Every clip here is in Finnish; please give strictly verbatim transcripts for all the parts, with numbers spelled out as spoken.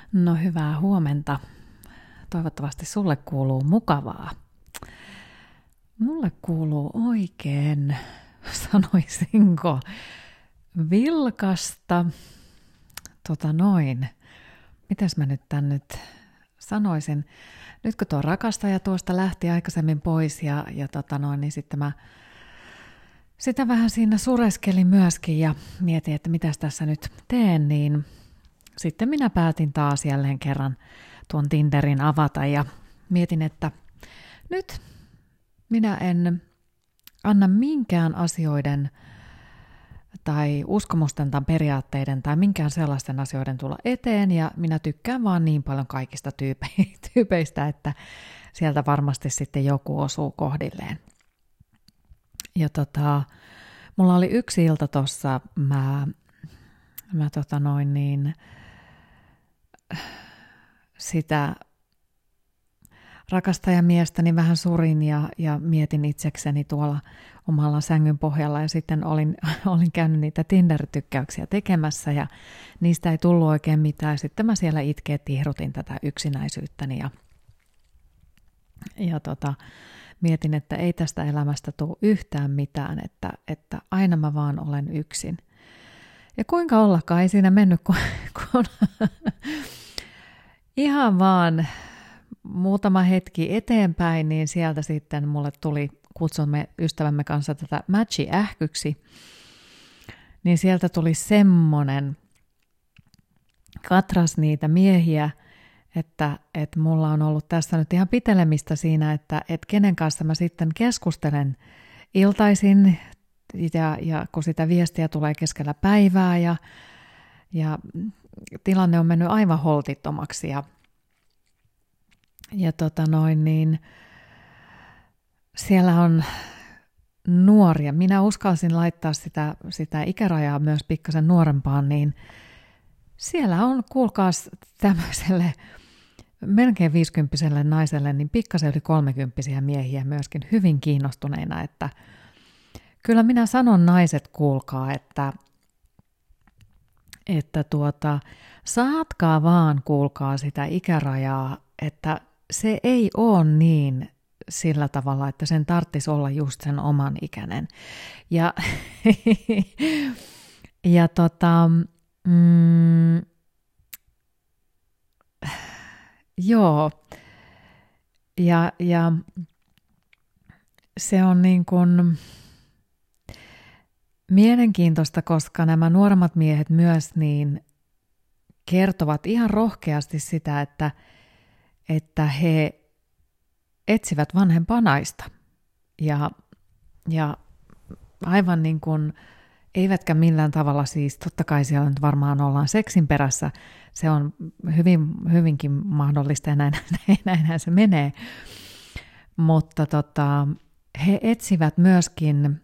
No hyvää huomenta. Toivottavasti sulle kuuluu mukavaa. Mulle kuuluu oikein, sanoisinko, vilkasta. Tota noin. Mitäs mä nyt tän nyt sanoisin? Nyt kun tuo rakastaja tuosta lähti aikaisemmin pois ja, ja tota noin, niin sitten mä sitä vähän siinä sureskelin myöskin ja mietin, että mitäs tässä nyt teen, niin sitten minä päätin taas jälleen kerran tuon Tinderin avata ja mietin, että nyt minä en anna minkään asioiden tai uskomusten tai periaatteiden tai minkään sellaisten asioiden tulla eteen ja minä tykkään vaan niin paljon kaikista tyype- tyypeistä, että sieltä varmasti sitten joku osuu kohdilleen. Ja tota, mulla oli yksi ilta tossa, mä, mä tota noin niin, sitä rakastajamiestäni vähän surin ja, ja mietin itsekseni tuolla omalla sängyn pohjalla ja sitten olin, olin käynyt niitä Tinder-tykkäyksiä tekemässä ja niistä ei tullut oikein mitään. Sitten mä siellä itkeä tihrutin tätä yksinäisyyttäni ja, ja tota, mietin, että ei tästä elämästä tule yhtään mitään, että, että aina mä vaan olen yksin. Ja kuinka ollakaan, ei siinä mennyt, kun, kun ihan vaan muutama hetki eteenpäin, niin sieltä sitten mulle tuli, kutsumme ystävämme kanssa tätä matchi-ähkyksi, niin sieltä tuli semmonen katras niitä miehiä, että, että mulla on ollut tässä nyt ihan pitelemistä siinä, että, että kenen kanssa mä sitten keskustelen iltaisin, ja, ja kun sitä viestiä tulee keskellä päivää, ja, ja tilanne on mennyt aivan holtittomaksi, ja, ja tota noin, niin siellä on nuoria. Minä uskalsin laittaa sitä, sitä ikärajaa myös pikkasen nuorempaan, niin siellä on, kuulkaas, tämmöiselle melkein viisikymppiselle naiselle, niin pikkasen yli kolmekymppisiä miehiä myöskin hyvin kiinnostuneina, että kyllä minä sanon naiset, kuulkaa, että, että tuota, saatkaa vaan, kuulkaa, sitä ikärajaa, että se ei ole niin sillä tavalla, että sen tarvitsisi olla just sen oman ikäinen. Ja, ja tota, mm, joo, ja, ja se on niin kuin mielenkiintoista, koska nämä nuoremmat miehet myös niin kertovat ihan rohkeasti sitä, että, että he etsivät vanhempaa naista. Ja, ja aivan niin kuin, eivätkä millään tavalla siis, totta kai siellä nyt varmaan ollaan seksin perässä, se on hyvin, hyvinkin mahdollista ja näin, näinhän se menee. Mutta tota, he etsivät myöskin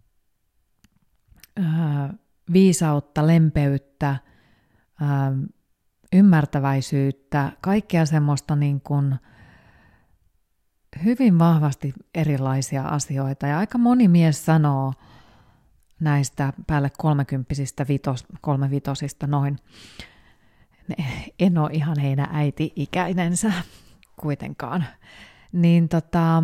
ää, viisautta, lempeyttä, ää, ymmärtäväisyyttä, kaikkea semmoista niin kuin hyvin vahvasti erilaisia asioita. Ja aika moni mies sanoo näistä päälle kolmekymppisistä vitos, kolmevitosista noin. En ole ihan heidän äiti-ikäinensä kuitenkaan. Niin tota,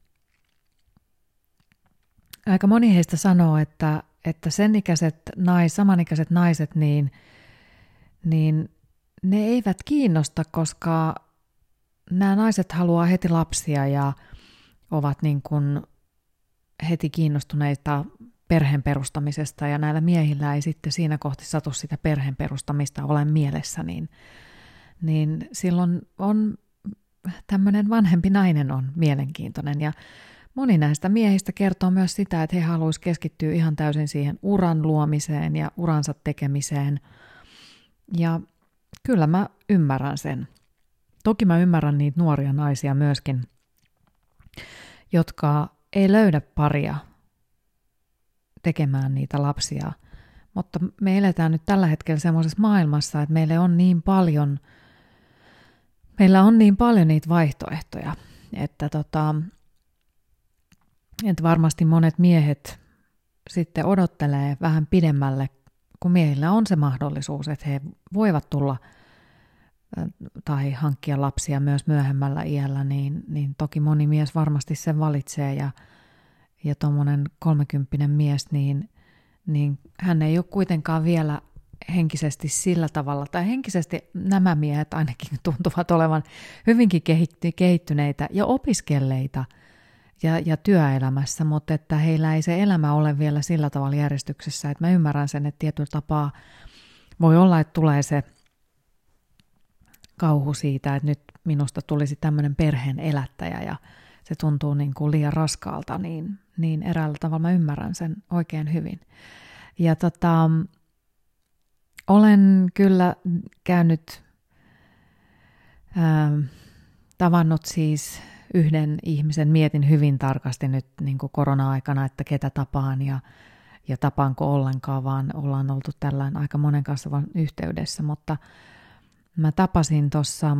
aika moni heistä sanoo, että, että sen ikäiset nais, samanikäiset naiset, niin, niin ne eivät kiinnosta, koska nämä naiset haluaa heti lapsia ja ovat niin kuin heti kiinnostuneita perheen perustamisesta ja näillä miehillä ei sitten siinä kohti satu sitä perheen perustamista ole mielessä, niin, niin silloin on tämmöinen vanhempi nainen on mielenkiintoinen ja moni näistä miehistä kertoo myös sitä, että he haluaisivat keskittyä ihan täysin siihen uran luomiseen ja uransa tekemiseen ja kyllä mä ymmärrän sen. Toki mä ymmärrän niitä nuoria naisia myöskin, jotka ei löydä paria tekemään niitä lapsia, mutta me eletään nyt tällä hetkellä semmoisessa maailmassa, että meillä on niin paljon, meillä on niin paljon niitä vaihtoehtoja, että, tota, että varmasti monet miehet sitten odottelee vähän pidemmälle, kun miehillä on se mahdollisuus, että he voivat tulla tai hankkia lapsia myös myöhemmällä iällä, niin, niin toki moni mies varmasti sen valitsee ja, ja tuommoinen kolmekymppinen mies, niin, niin hän ei ole kuitenkaan vielä henkisesti sillä tavalla, tai henkisesti nämä miehet ainakin tuntuvat olevan hyvinkin kehittyneitä ja opiskelleita ja, ja työelämässä, mutta että heillä ei se elämä ole vielä sillä tavalla järjestyksessä, että mä ymmärrän sen, että tietyllä tapaa voi olla, että tulee se kauhu siitä, että nyt minusta tulisi tämmöinen perheen elättäjä ja se tuntuu niin kuin liian raskaalta, niin, niin eräällä tavalla mä ymmärrän sen oikein hyvin. Ja tota, olen kyllä käynyt, ää, tavannut siis yhden ihmisen, mietin hyvin tarkasti nyt niin kuin korona-aikana, että ketä tapaan ja, ja tapaanko ollenkaan, vaan ollaan oltu tällään aika monen kanssa vaan yhteydessä, mutta mä tapasin tuossa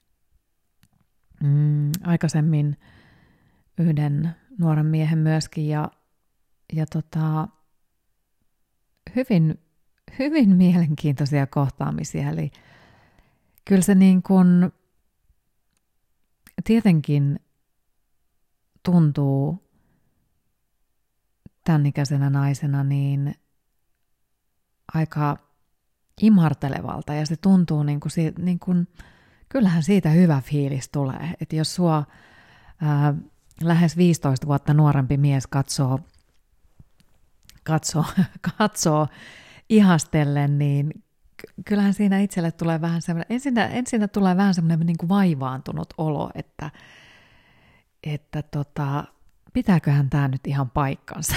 mm, aikaisemmin yhden nuoren miehen myöskin ja, ja tota, hyvin, hyvin mielenkiintoisia kohtaamisia. Eli kyllä se niin kuin tietenkin tuntuu tämän ikäisenä naisena niin aika imartelevalta ja se tuntuu niin kuin, niin kuin kyllähän siitä hyvä fiilis tulee, että jos sua ää, lähes viisitoista vuotta nuorempi mies katsoo, katsoo, katsoo ihastellen, niin kyllähän siinä itselle tulee vähän semmoinen, ensinnä, ensinnä tulee vähän semmoinen niin kuin vaivaantunut olo, että, että tota, pitääköhän tämä nyt ihan paikkansa.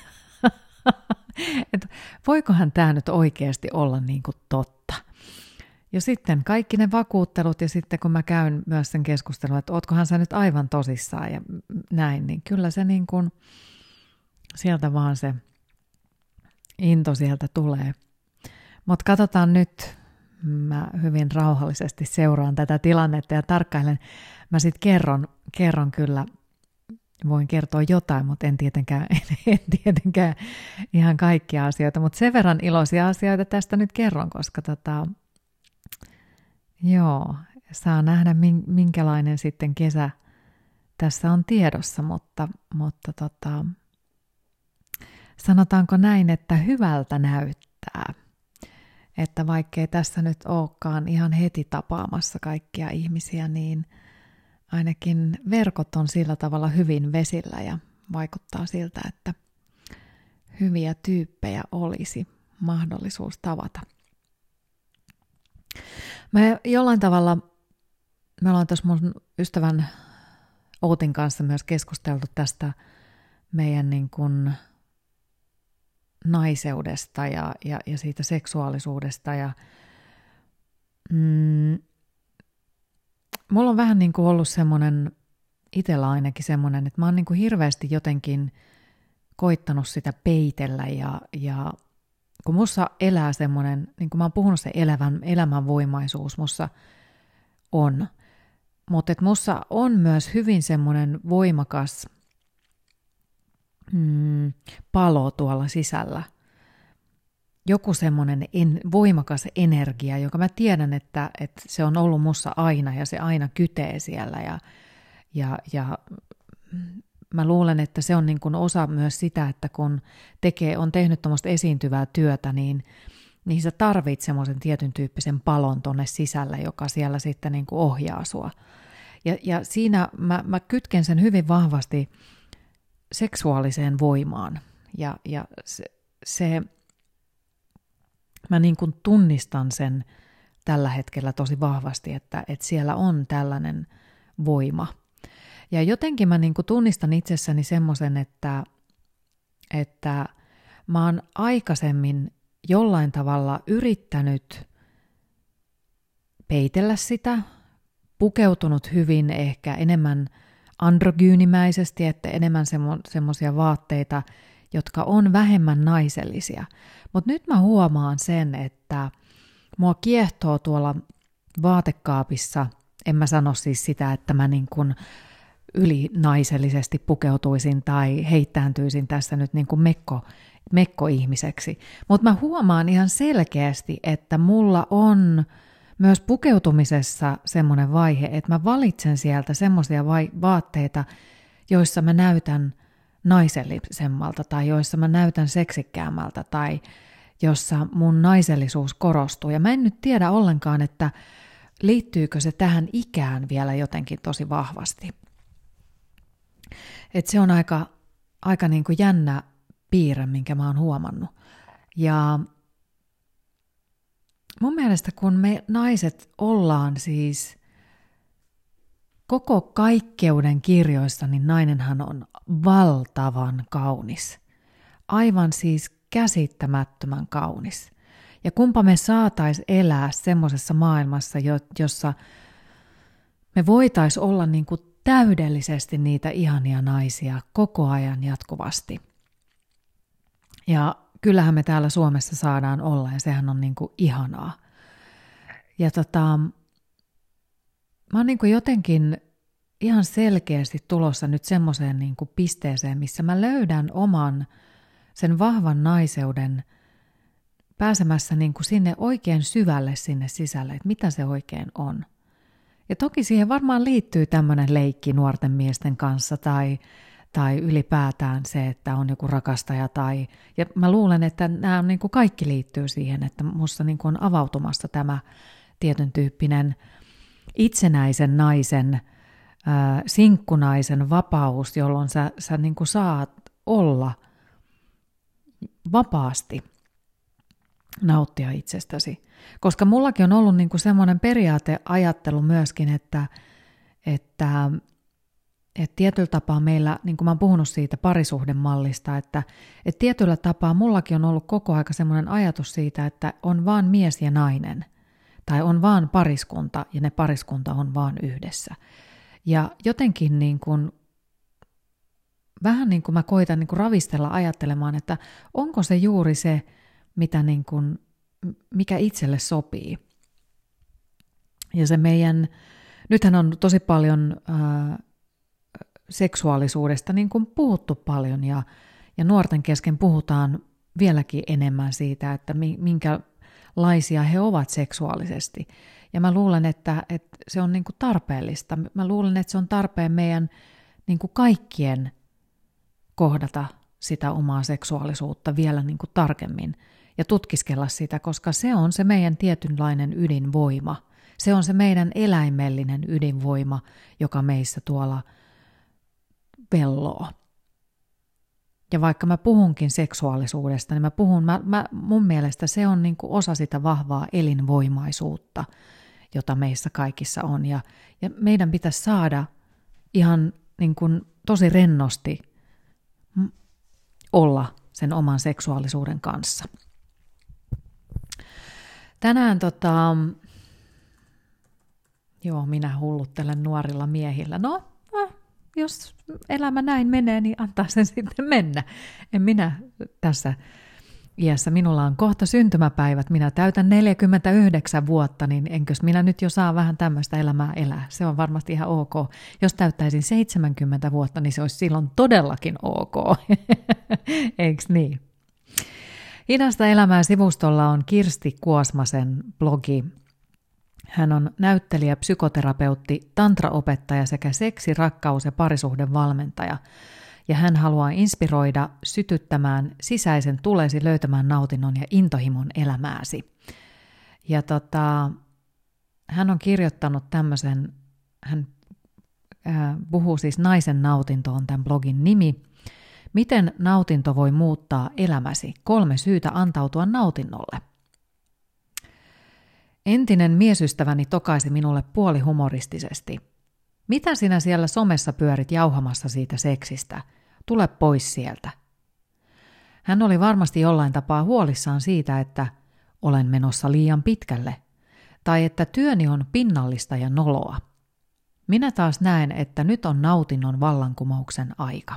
Että voikohan tämä nyt oikeasti olla niin kuin totta. Ja sitten kaikki ne vakuuttelut ja sitten kun mä käyn myös sen keskustelun, että ootkohan sä nyt aivan tosissaan ja näin, niin kyllä se niin kuin sieltä vaan se into sieltä tulee. Mutta katsotaan nyt, mä hyvin rauhallisesti seuraan tätä tilannetta ja tarkkailen. Mä sitten kerron, kerron kyllä, voin kertoa jotain, mutta en tietenkään, en tietenkään ihan kaikkia asioita, mutta sen verran iloisia asioita tästä nyt kerron, koska tota, joo, saa nähdä minkälainen sitten kesä tässä on tiedossa, mutta, mutta tota, sanotaanko näin, että hyvältä näyttää. Että vaikkei tässä nyt olekaan ihan heti tapaamassa kaikkia ihmisiä, niin ainakin verkot on sillä tavalla hyvin vesillä ja vaikuttaa siltä, että hyviä tyyppejä olisi mahdollisuus tavata. Me jollain tavalla, me ollaan tuossa mun ystävän Outin kanssa myös keskusteltu tästä meidän niin kuin naiseudesta ja, ja, ja siitä seksuaalisuudesta. Ja, mm, mulla on vähän niin kuin ollut semmoinen, itsellä ainakin semmoinen, että mä oon niin kuin hirveästi jotenkin koittanut sitä peitellä ja, ja kun mussa elää semmoinen, niin kuin mä oon puhunut se elävän, elämänvoimaisuus mussa on, mutta että mussa on myös hyvin semmoinen voimakas mm, palo tuolla sisällä. Joku semmoinen en, voimakas energia, joka mä tiedän, että, että se on ollut mussa aina ja se aina kytee siellä. Ja, ja, ja mä luulen, että se on niin kuin osa myös sitä, että kun tekee, on tehnyt tuommoista esiintyvää työtä, niin, niin sä tarvit semmoisen tietyn tyyppisen palon tonne sisälle, joka siellä sitten niin kuin ohjaa sua. Ja, ja siinä mä, mä kytken sen hyvin vahvasti seksuaaliseen voimaan. Ja, ja se, se, mä niin kuin tunnistan sen tällä hetkellä tosi vahvasti, että, että siellä on tällainen voima. Ja jotenkin mä niin kuin tunnistan itsessäni semmoisen, että, että mä oon aikaisemmin jollain tavalla yrittänyt peitellä sitä, pukeutunut hyvin ehkä enemmän androgyynimäisesti, että enemmän semmo, semmoisia vaatteita, jotka on vähemmän naisellisia. Mutta nyt mä huomaan sen, että mua kiehtoo tuolla vaatekaapissa, en mä sano siis sitä, että mä niin kuin ylinaisellisesti pukeutuisin tai heittäytyisin tässä nyt niin kuin mekko, mekko-ihmiseksi. Mutta mä huomaan ihan selkeästi, että mulla on myös pukeutumisessa semmoinen vaihe, että mä valitsen sieltä semmoisia vaatteita, joissa mä näytän naisellisemmalta tai joissa mä näytän seksikkäämmältä tai jossa mun naisellisuus korostuu. Ja mä en nyt tiedä ollenkaan, että liittyykö se tähän ikään vielä jotenkin tosi vahvasti. Et se on aika, aika niin kuin jännä piirre, minkä mä oon huomannut. Ja mun mielestä kun me naiset ollaan siis koko kaikkeuden kirjoissa, niin nainenhan on valtavan kaunis. Aivan siis käsittämättömän kaunis. Ja kumpa me saatais elää semmoisessa maailmassa, jossa me voitais olla niin kuin täydellisesti niitä ihania naisia koko ajan jatkuvasti. Ja kyllähän me täällä Suomessa saadaan olla ja sehän on niin kuin ihanaa. Ja tota, mä oon niin kuin jotenkin ihan selkeästi tulossa nyt semmoiseen niin kuin pisteeseen, missä mä löydän oman sen vahvan naiseuden pääsemässä niin kuin sinne oikein syvälle sinne sisälle, että mitä se oikein on. Ja toki siihen varmaan liittyy tämmöinen leikki nuorten miesten kanssa tai, tai ylipäätään se, että on joku rakastaja. Tai, ja mä luulen, että nämä on, niin kuin kaikki liittyy siihen, että musta niin kuin on avautumassa tämä tietyn tyyppinen itsenäisen naisen, äh, sinkkunaisen vapaus, jolloin sä, sä niin kuin saat olla vapaasti nauttia itsestäsi. Koska mullakin on ollut niinku semmoinen periaateajattelu myöskin, että, että, että tietyllä tapaa meillä, niin kuin mä oon puhunut siitä parisuhdemallista, että, että tietyllä tapaa mullakin on ollut koko aika semmoinen ajatus siitä, että on vaan mies ja nainen. Tai on vaan pariskunta ja ne pariskunta on vaan yhdessä. Ja jotenkin niin kuin, vähän niin kuin mä koitan niin kuin ravistella ajattelemaan, että onko se juuri se, mitä niin kuin, mikä itselle sopii. Ja se meidän, nythän on tosi paljon ää, seksuaalisuudesta niin kuin puhuttu paljon ja, ja nuorten kesken puhutaan vieläkin enemmän siitä, että minkälaisia he ovat seksuaalisesti. Ja mä luulen, että, että se on niin kuin tarpeellista. Mä luulen, että se on tarpeen meidän niin kuin kaikkien kohdata sitä omaa seksuaalisuutta vielä niin kuin tarkemmin ja tutkiskella sitä, koska se on se meidän tietynlainen ydinvoima. Se on se meidän eläimellinen ydinvoima, joka meissä tuolla velloo. Ja vaikka mä puhunkin seksuaalisuudesta, niin mä puhun, mä, mä, mun mielestä se on niin kuin osa sitä vahvaa elinvoimaisuutta, jota meissä kaikissa on. Ja, ja meidän pitäisi saada ihan niin kuin tosi rennosti olla sen oman seksuaalisuuden kanssa. Tänään tota, joo, minä hulluttelen nuorilla miehillä. No, no, jos elämä näin menee, niin antaa sen sitten mennä. En minä tässä iässä, minulla on kohta syntymäpäivät, minä täytän neljäkymmentäyhdeksän vuotta, niin enkös minä nyt jo saa vähän tämmöistä elämää elää. Se on varmasti ihan ok. Jos täyttäisin seitsemänkymmentä vuotta, niin se olisi silloin todellakin ok. Eiks niin? Hidasta elämää sivustolla on Kirsti Kuosmasen blogi. Hän on näyttelijä, psykoterapeutti, tantraopettaja sekä seksi-, rakkaus- ja parisuhdevalmentaja. Ja hän haluaa inspiroida sytyttämään sisäisen tulesi, löytämään nautinnon ja intohimon elämääsi. Ja tota, hän on kirjoittanut tämmöisen, hän äh, puhuu siis Naisen nautinto on tämän blogin nimi. Miten nautinto voi muuttaa elämäsi? Kolme syytä antautua nautinnolle. Entinen miesystäväni tokaisi minulle puolihumoristisesti. Mitä sinä siellä somessa pyörit jauhamassa siitä seksistä? Tule pois sieltä. Hän oli varmasti jollain tapaa huolissaan siitä, että olen menossa liian pitkälle, tai että työni on pinnallista ja noloa. Minä taas näen, että nyt on nautinnon vallankumouksen aika.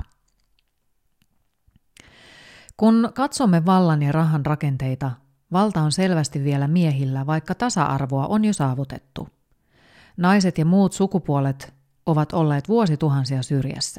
Kun katsomme vallan ja rahan rakenteita, valta on selvästi vielä miehillä, vaikka tasa-arvoa on jo saavutettu. Naiset ja muut sukupuolet ovat olleet vuosituhansia syrjässä.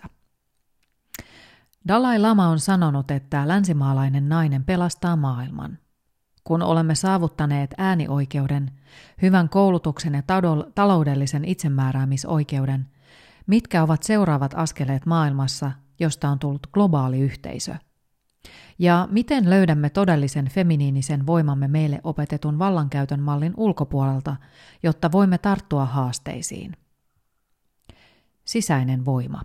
Dalai Lama on sanonut, että länsimaalainen nainen pelastaa maailman. kun olemme saavuttaneet äänioikeuden, hyvän koulutuksen ja taloudellisen itsemääräämisoikeuden, mitkä ovat seuraavat askeleet maailmassa, josta on tullut globaali yhteisö? Ja miten löydämme todellisen feminiinisen voimamme meille opetetun vallankäytön mallin ulkopuolelta, jotta voimme tarttua haasteisiin? Sisäinen voima.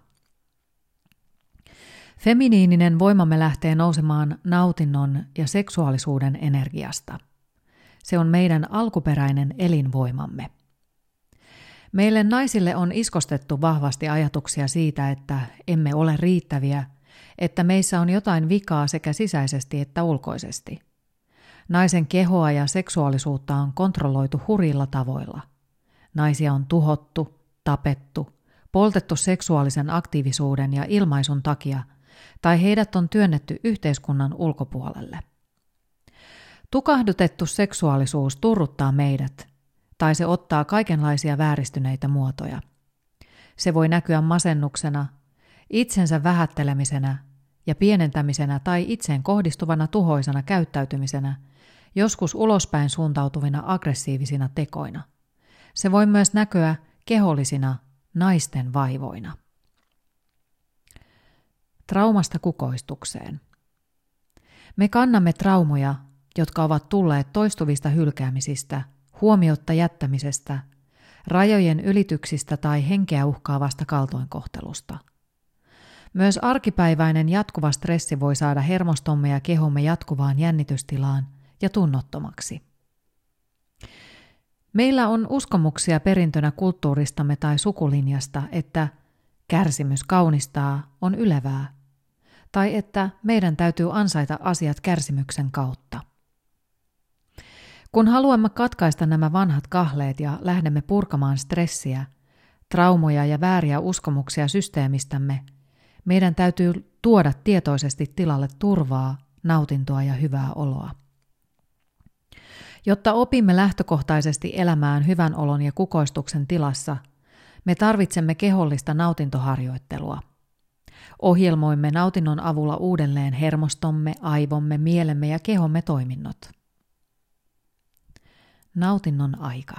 Feminiininen voimamme lähtee nousemaan nautinnon ja seksuaalisuuden energiasta. Se on meidän alkuperäinen elinvoimamme. Meille naisille on iskostettu vahvasti ajatuksia siitä, että emme ole riittäviä, että meissä on jotain vikaa sekä sisäisesti että ulkoisesti. Naisen kehoa ja seksuaalisuutta on kontrolloitu hurjilla tavoilla. Naisia on tuhottu, tapettu, poltettu seksuaalisen aktiivisuuden ja ilmaisun takia, tai heidät on työnnetty yhteiskunnan ulkopuolelle. Tukahdutettu seksuaalisuus turruttaa meidät, tai se ottaa kaikenlaisia vääristyneitä muotoja. Se voi näkyä masennuksena, itsensä vähättelemisenä ja pienentämisenä tai itseen kohdistuvana tuhoisana käyttäytymisenä, joskus ulospäin suuntautuvina aggressiivisina tekoina. Se voi myös näkyä kehollisina naisten vaivoina. Traumasta kukoistukseen. Me kannamme traumoja, jotka ovat tulleet toistuvista hylkäämisistä, huomiotta jättämisestä, rajojen ylityksistä tai henkeä uhkaavasta kaltoinkohtelusta. Myös arkipäiväinen jatkuva stressi voi saada hermostomme ja kehomme jatkuvaan jännitystilaan ja tunnottomaksi. Meillä on uskomuksia perintönä kulttuuristamme tai sukulinjasta, että kärsimys kaunistaa on ylevää, tai että meidän täytyy ansaita asiat kärsimyksen kautta. Kun haluamme katkaista nämä vanhat kahleet ja lähdemme purkamaan stressiä, traumoja ja vääriä uskomuksia systeemistämme, meidän täytyy tuoda tietoisesti tilalle turvaa, nautintoa ja hyvää oloa. Jotta opimme lähtökohtaisesti elämään hyvän olon ja kukoistuksen tilassa, me tarvitsemme kehollista nautintoharjoittelua. Ohjelmoimme nautinnon avulla uudelleen hermostomme, aivomme, mielemme ja kehomme toiminnot. Nautinnon aika.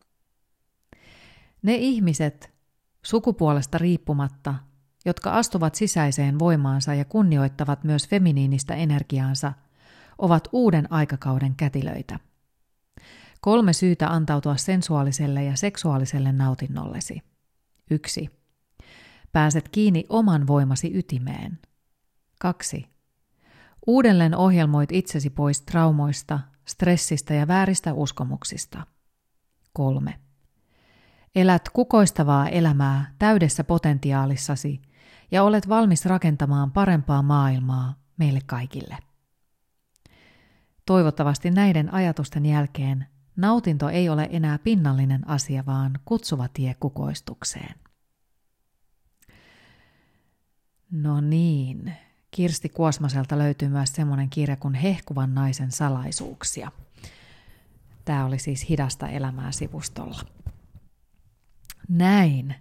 Ne ihmiset, sukupuolesta riippumatta, jotka astuvat sisäiseen voimaansa ja kunnioittavat myös feminiinistä energiaansa, ovat uuden aikakauden kätilöitä. Kolme syytä antautua sensuaaliselle ja seksuaaliselle nautinnollesi. Yksi. Pääset kiinni oman voimasi ytimeen. Kaksi. Uudelleen ohjelmoit itsesi pois traumoista, stressistä ja vääristä uskomuksista. Kolme. Elät kukoistavaa elämää täydessä potentiaalissasi ja olet valmis rakentamaan parempaa maailmaa meille kaikille. Toivottavasti näiden ajatusten jälkeen nautinto ei ole enää pinnallinen asia, vaan kutsuva tie kukoistukseen. No niin, Kirsti Kuosmaselta löytyy myös semmoinen kirja kuin Hehkuvan naisen salaisuuksia. Tämä oli siis Hidasta elämää -sivustolla. Näin.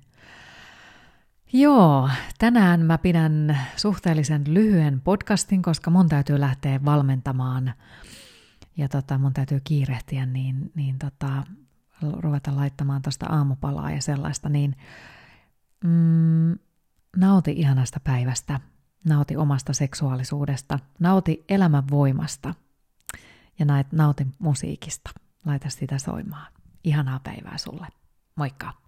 Joo, tänään mä pidän suhteellisen lyhyen podcastin, koska mun täytyy lähteä valmentamaan ja tota, mun täytyy kiirehtiä, niin, niin tota, ruveta laittamaan tuosta aamupalaa ja sellaista, niin mm, nauti ihanasta päivästä, nauti omasta seksuaalisuudesta, nauti elämän voimasta ja nauti musiikista. Laita sitä soimaan. Ihanaa päivää sulle. Moikka!